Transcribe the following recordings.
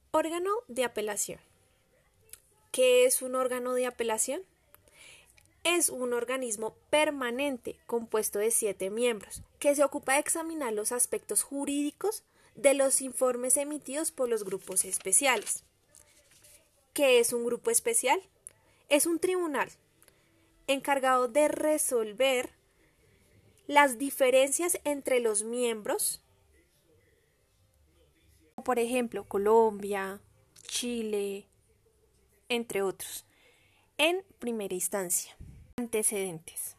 Órgano de apelación. ¿Qué es un órgano de apelación? Es un organismo permanente compuesto de 7 miembros que se ocupa de examinar los aspectos jurídicos de los informes emitidos por los grupos especiales. ¿Qué es un grupo especial? Es un tribunal encargado de resolver las diferencias entre los miembros, por ejemplo, Colombia, Chile, entre otros, en primera instancia. Antecedentes.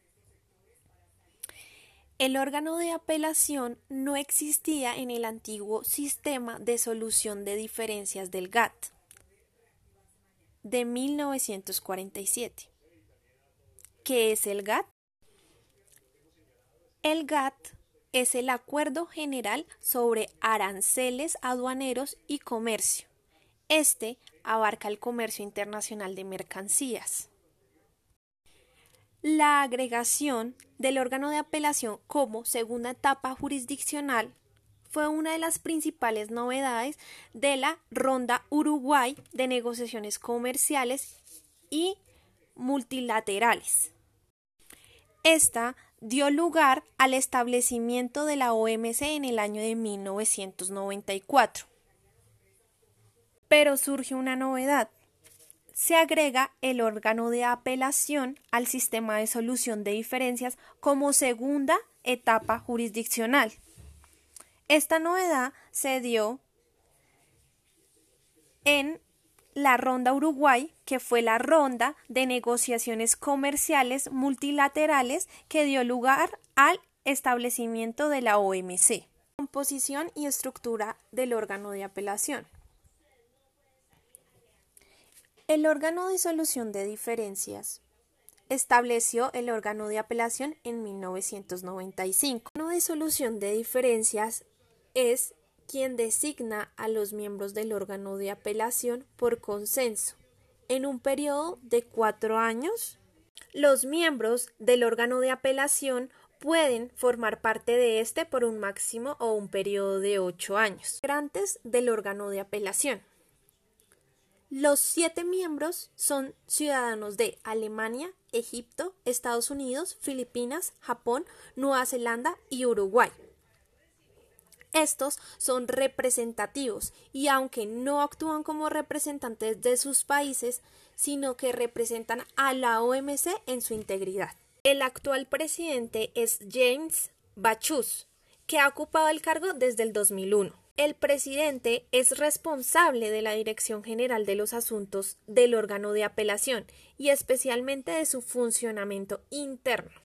El órgano de apelación no existía en el antiguo sistema de solución de diferencias del GATT de 1947. ¿Qué es el GATT? El GATT es el Acuerdo General sobre Aranceles Aduaneros y Comercio. Este abarca el comercio internacional de mercancías. La agregación del órgano de apelación como segunda etapa jurisdiccional fue una de las principales novedades de la Ronda Uruguay de negociaciones comerciales y multilaterales. Esta dio lugar al establecimiento de la OMC en el año de 1994. Pero surge una novedad. Se agrega el órgano de apelación al sistema de solución de diferencias como segunda etapa jurisdiccional. Esta novedad se dio en la Ronda Uruguay, que fue la ronda de negociaciones comerciales multilaterales que dio lugar al establecimiento de la OMC. Composición y estructura del órgano de apelación. El órgano de solución de diferencias estableció el órgano de apelación en 1995. El órgano de solución de diferencias es quien designa a los miembros del órgano de apelación por consenso. En un periodo de 4 años, los miembros del órgano de apelación pueden formar parte de este por un máximo o un periodo de 8 años. Integrantes del órgano de apelación. Los 7 miembros son ciudadanos de Alemania, Egipto, Estados Unidos, Filipinas, Japón, Nueva Zelanda y Uruguay. Estos son representativos y aunque no actúan como representantes de sus países, sino que representan a la OMC en su integridad. El actual presidente es James Bachus, que ha ocupado el cargo desde el 2001. El presidente es responsable de la Dirección General de los Asuntos del órgano de apelación y especialmente de su funcionamiento interno.